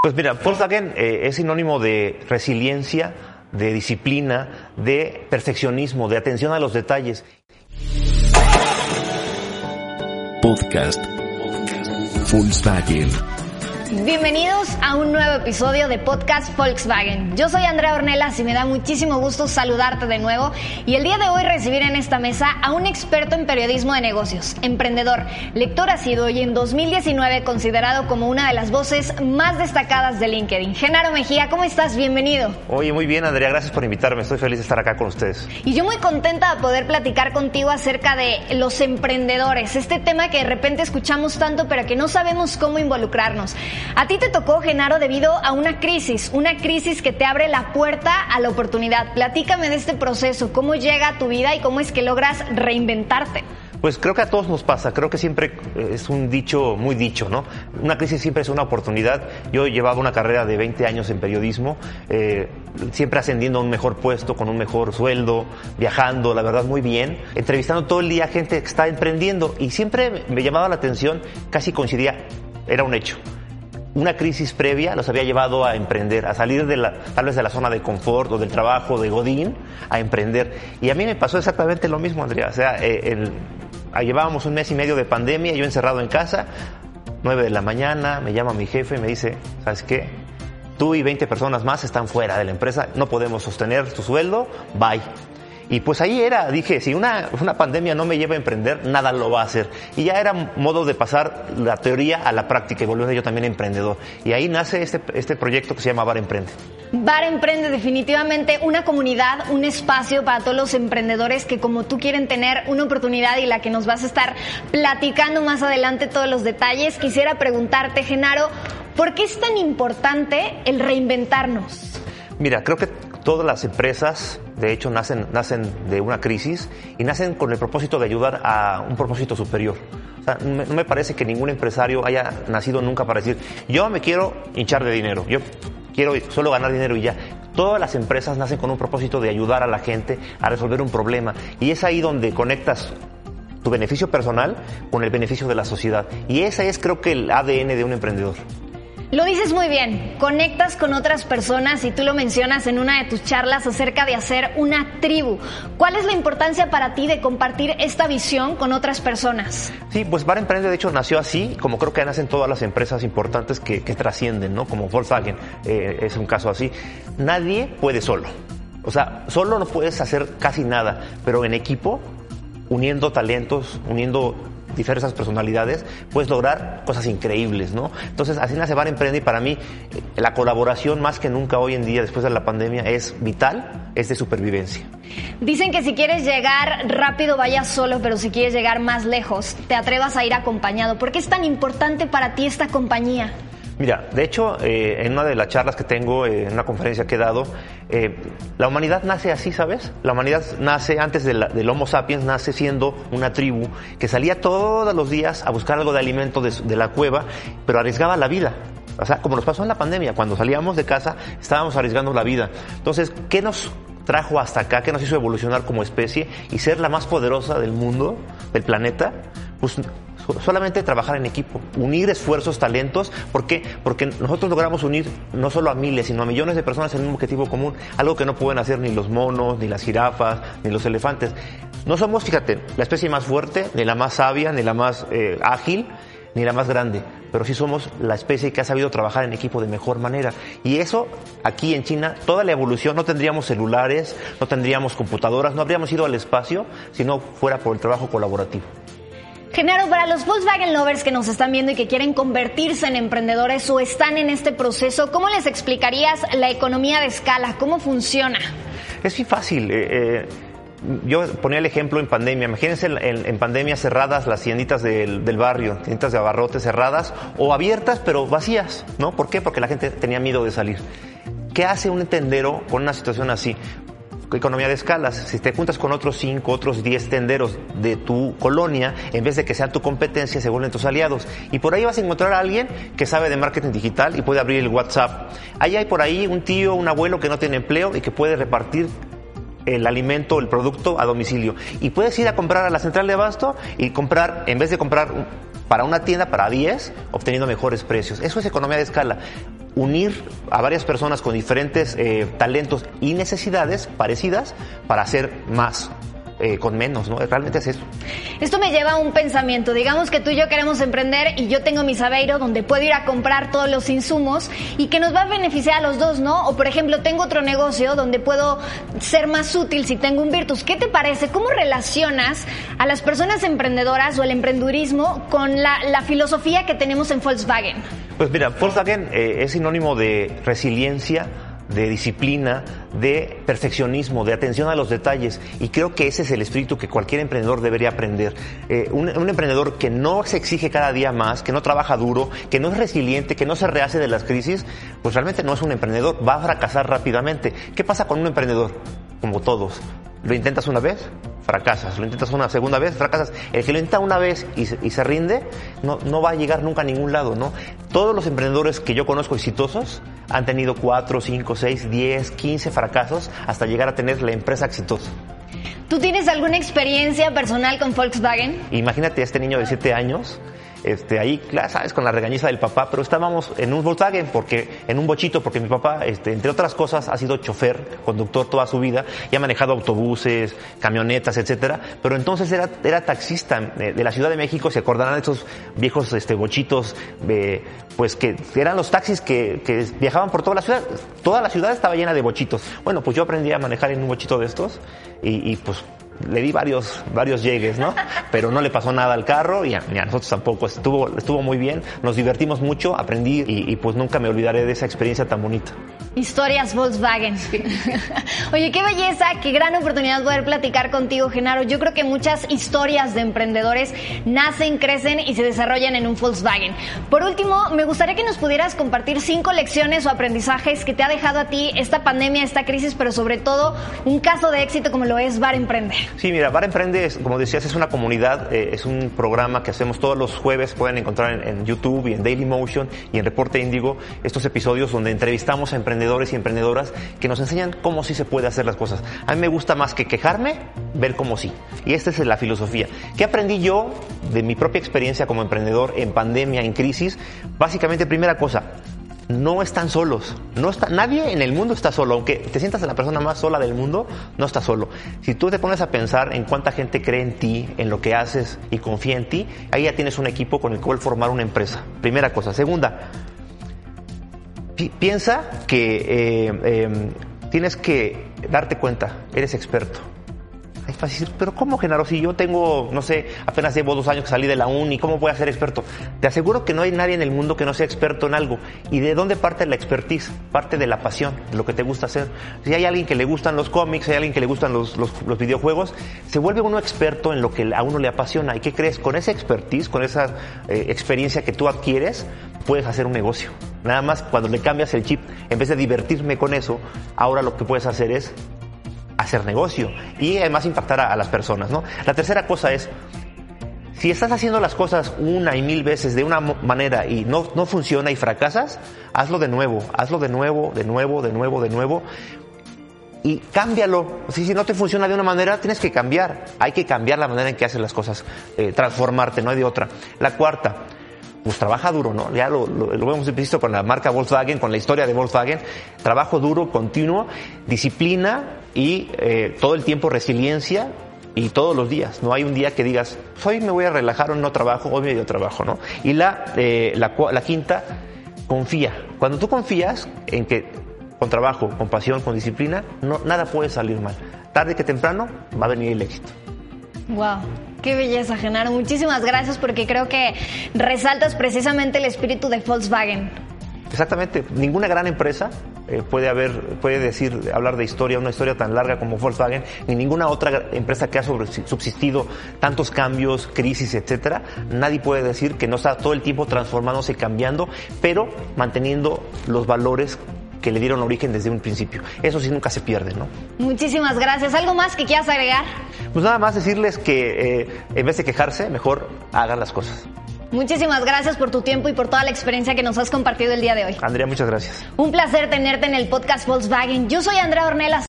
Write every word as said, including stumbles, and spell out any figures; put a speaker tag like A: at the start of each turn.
A: Pues mira, Volkswagen eh, es sinónimo de resiliencia, de disciplina, de perfeccionismo, de atención a los detalles.
B: Podcast Volkswagen.
C: Bienvenidos a un nuevo episodio de Podcast Volkswagen. Yo soy Andrea Ornelas y me da muchísimo gusto saludarte de nuevo y el día de hoy recibir en esta mesa a un experto en periodismo de negocios, emprendedor, lector asiduo y en dos mil diecinueve considerado como una de las voces más destacadas de LinkedIn. Genaro Mejía, ¿cómo estás? Bienvenido.
A: Oye, muy bien, Andrea, gracias por invitarme. Estoy feliz de estar acá con ustedes.
C: Y yo muy contenta de poder platicar contigo acerca de los emprendedores, este tema que de repente escuchamos tanto pero que no sabemos cómo involucrarnos. A ti te tocó, Genaro, debido a una crisis, una crisis que te abre la puerta a la oportunidad. Platícame de este proceso, cómo llega a tu vida y cómo es que logras reinventarte.
A: Pues creo que a todos nos pasa, creo que siempre es un dicho muy dicho, ¿no? Una crisis siempre es una oportunidad. Yo llevaba una carrera de veinte años en periodismo, eh, siempre ascendiendo a un mejor puesto, con un mejor sueldo, viajando, la verdad muy bien, entrevistando todo el día a gente que está emprendiendo y siempre me llamaba la atención, casi coincidía, era un hecho. Una crisis previa los había llevado a emprender, a salir de la, tal vez de la zona de confort o del trabajo de Godín, a emprender. Y a mí me pasó exactamente lo mismo, Andrea. O sea, eh, el, llevábamos un mes y medio de pandemia, yo encerrado en casa, nueve de la mañana, me llama mi jefe y me dice, ¿sabes qué? Tú y veinte personas más están fuera de la empresa, no podemos sostener tu sueldo, bye. Y pues ahí era, dije, si una, una pandemia no me lleva a emprender, nada lo va a hacer. Y ya era modo de pasar la teoría a la práctica y volviendo yo también emprendedor. Y ahí nace este, este proyecto que se llama Bar Emprende.
C: Bar Emprende, definitivamente una comunidad, un espacio para todos los emprendedores que como tú quieren tener una oportunidad y la que nos vas a estar platicando más adelante todos los detalles. Quisiera preguntarte, Genaro, ¿por qué es tan importante el reinventarnos?
A: Mira, creo que todas las empresas, de hecho, nacen, nacen de una crisis y nacen con el propósito de ayudar a un propósito superior. O sea, no me parece que ningún empresario haya nacido nunca para decir, yo me quiero hinchar de dinero, yo quiero solo ganar dinero y ya. Todas las empresas nacen con un propósito de ayudar a la gente a resolver un problema y es ahí donde conectas tu beneficio personal con el beneficio de la sociedad. Y ese es, creo que, el A D N de un emprendedor.
C: Lo dices muy bien, conectas con otras personas y tú lo mencionas en una de tus charlas acerca de hacer una tribu. ¿Cuál es la importancia para ti de compartir esta visión con otras personas?
A: Sí, pues Bar Emprende de hecho nació así, como creo que nacen todas las empresas importantes que, que trascienden, ¿no? Como Volkswagen, eh, es un caso así. Nadie puede solo. O sea, solo no puedes hacer casi nada, pero en equipo, uniendo talentos, uniendo diversas personalidades, puedes lograr cosas increíbles, ¿no? Entonces, así nace Bar Emprende y para mí la colaboración más que nunca hoy en día, después de la pandemia, es vital, es de supervivencia.
C: Dicen que si quieres llegar rápido, vayas solo, pero si quieres llegar más lejos, te atrevas a ir acompañado. ¿Por qué es tan importante para ti esta compañía?
A: Mira, de hecho, eh, en una de las charlas que tengo, eh, en una conferencia que he dado, eh, la humanidad nace así, ¿sabes? La humanidad nace, antes de la, del Homo sapiens, nace siendo una tribu que salía todos los días a buscar algo de alimento de, de la cueva, pero arriesgaba la vida. O sea, como nos pasó en la pandemia, cuando salíamos de casa, estábamos arriesgando la vida. Entonces, ¿qué nos trajo hasta acá? ¿Qué nos hizo evolucionar como especie y ser la más poderosa del mundo, del planeta? Pues solamente trabajar en equipo, unir esfuerzos, talentos. ¿Por qué? Porque nosotros logramos unir no solo a miles, sino a millones de personas en un objetivo común, algo que no pueden hacer ni los monos, ni las jirafas, ni los elefantes. No somos, fíjate, la especie más fuerte, ni la más sabia, ni la más eh, ágil, ni la más grande, pero sí somos la especie que ha sabido trabajar en equipo de mejor manera. Y eso, aquí en China, toda la evolución, no tendríamos celulares, no tendríamos computadoras, no habríamos ido al espacio si no fuera por el trabajo colaborativo.
C: Genaro, para los Volkswagen lovers que nos están viendo y que quieren convertirse en emprendedores o están en este proceso, ¿cómo les explicarías la economía de escala? ¿Cómo funciona?
A: Es muy fácil. Eh, eh, yo ponía el ejemplo en pandemia. Imagínense en, en, en pandemia cerradas las tienditas del, del barrio, tienditas de abarrotes cerradas o abiertas pero vacías, ¿no? ¿Por qué? Porque la gente tenía miedo de salir. ¿Qué hace un tendero con una situación así? Economía de escalas. Si te juntas con otros cinco, otros diez tenderos de tu colonia, en vez de que sean tu competencia, se vuelven tus aliados. Y por ahí vas a encontrar a alguien que sabe de marketing digital y puede abrir el WhatsApp. Ahí hay por ahí un tío, un abuelo que no tiene empleo y que puede repartir el alimento, el producto a domicilio. Y puedes ir a comprar a la central de abasto y comprar, en vez de comprar para una tienda, para diez, obteniendo mejores precios. Eso es economía de escala. unir a varias personas con diferentes eh, talentos y necesidades parecidas para hacer más. Eh, con menos, ¿no? Realmente es eso.
C: Esto me lleva a un pensamiento. Digamos que tú y yo queremos emprender y yo tengo mi Saveiro donde puedo ir a comprar todos los insumos y que nos va a beneficiar a los dos, ¿no? O por ejemplo, tengo otro negocio donde puedo ser más útil si tengo un Virtus. ¿Qué te parece? ¿Cómo relacionas a las personas emprendedoras o el emprendurismo con la, la filosofía que tenemos en Volkswagen?
A: Pues mira, Volkswagen eh, es sinónimo de resiliencia, de disciplina, de perfeccionismo, de atención a los detalles, y creo que ese es el espíritu que cualquier emprendedor debería aprender. Eh, un, un emprendedor que no se exige cada día más, que no trabaja duro, que no es resiliente, que no se rehace de las crisis, pues realmente no es un emprendedor, va a fracasar rápidamente. ¿Qué pasa con un emprendedor? Como todos, lo intentas una vez, fracasas, lo intentas una segunda vez, fracasas. El que lo intenta una vez y se, y se rinde, no, no va a llegar nunca a ningún lado, ¿no? Todos los emprendedores que yo conozco exitosos han tenido cuatro, cinco, seis, diez, quince fracasos hasta llegar a tener la empresa exitosa.
C: ¿Tú tienes alguna experiencia personal con Volkswagen?
A: Imagínate a este niño de siete años, este, ahí, claro, sabes, con la regañiza del papá, pero estábamos en un Volkswagen, porque, en un bochito, porque mi papá, este, entre otras cosas, ha sido chofer, conductor toda su vida, y ha manejado autobuses, camionetas, etcétera, pero entonces era, era taxista de, de la Ciudad de México. Se acordarán de esos viejos, este, bochitos, eh, pues que eran los taxis que, que viajaban por toda la ciudad. Toda la ciudad estaba llena de bochitos. Bueno, pues yo aprendí a manejar en un bochito de estos, y, y pues, le di varios varios llegues, ¿no? Pero no le pasó nada al carro y a, y a nosotros tampoco. Estuvo estuvo muy bien, nos divertimos mucho, aprendí y, y pues nunca me olvidaré de esa experiencia tan bonita.
C: Historias Volkswagen. Oye, qué belleza, qué gran oportunidad poder platicar contigo, Genaro. Yo creo que muchas historias de emprendedores nacen, crecen y se desarrollan en un Volkswagen. Por último, me gustaría que nos pudieras compartir cinco lecciones o aprendizajes que te ha dejado a ti esta pandemia, esta crisis, pero sobre todo un caso de éxito como lo es Bar Emprende.
A: Sí, mira, Bar Emprende, es, como decías, es una comunidad, eh, es un programa que hacemos todos los jueves. Pueden encontrar en, en YouTube y en Dailymotion y en Reporte Índigo estos episodios donde entrevistamos a emprendedores y emprendedoras que nos enseñan cómo sí se puede hacer las cosas. A mí me gusta más que quejarme, ver cómo sí. Y esta es la filosofía. ¿Qué aprendí yo de mi propia experiencia como emprendedor en pandemia, en crisis? Básicamente, primera cosa, no están solos. No está, nadie en el mundo está solo. Aunque te sientas la persona más sola del mundo, no estás solo. Si tú te pones a pensar en cuánta gente cree en ti, en lo que haces y confía en ti, ahí ya tienes un equipo con el cual formar una empresa. Primera cosa. Segunda, pi- piensa que eh, eh, tienes que darte cuenta, eres experto. Es fácil decir, pero ¿cómo, Genaro? Si yo tengo, no sé, apenas llevo dos años que salí de la uni, ¿cómo voy a ser experto? Te aseguro que no hay nadie en el mundo que no sea experto en algo. ¿Y de dónde parte la expertise? Parte de la pasión, de lo que te gusta hacer. Si hay alguien que le gustan los cómics, hay alguien que le gustan los, los, los videojuegos, se vuelve uno experto en lo que a uno le apasiona. ¿Y qué crees? Con esa expertise, con esa eh, experiencia que tú adquieres, puedes hacer un negocio. Nada más cuando le cambias el chip, en vez de divertirme con eso, ahora lo que puedes hacer es hacer negocio y además impactar a, a las personas, ¿no? La tercera cosa es, si estás haciendo las cosas una y mil veces de una manera y no, no funciona y fracasas, hazlo de nuevo, hazlo de nuevo, de nuevo, de nuevo, de nuevo y cámbialo. Si, si no te funciona de una manera, tienes que cambiar. Hay que cambiar la manera en que haces las cosas, eh, transformarte, no hay de otra. La cuarta, pues trabaja duro, ¿no? Ya lo, lo, lo hemos visto con la marca Volkswagen, con la historia de Volkswagen. Trabajo duro, continuo, disciplina y eh, todo el tiempo resiliencia y todos los días. No hay un día que digas, hoy me voy a relajar o no trabajo, hoy me dio trabajo, ¿no? Y la, eh, la, la quinta, confía. Cuando tú confías en que con trabajo, con pasión, con disciplina, no, nada puede salir mal. Tarde que temprano va a venir el éxito.
C: Wow, qué belleza, Genaro. Muchísimas gracias porque creo que resaltas precisamente el espíritu de Volkswagen.
A: Exactamente. Ninguna gran empresa eh, puede haber, puede decir, hablar de historia, una historia tan larga como Volkswagen, ni ninguna otra empresa que ha subsistido tantos cambios, crisis, etcétera. Nadie puede decir que no está todo el tiempo transformándose, cambiando, pero manteniendo los valores que le dieron origen desde un principio. Eso sí nunca se pierde, ¿no?
C: Muchísimas gracias. ¿Algo más que quieras agregar?
A: Pues nada más decirles que eh, en vez de quejarse, mejor hagan las cosas.
C: Muchísimas gracias por tu tiempo y por toda la experiencia que nos has compartido el día de hoy.
A: Andrea, muchas gracias.
C: Un placer tenerte en el podcast Volkswagen. Yo soy Andrea Ornelas.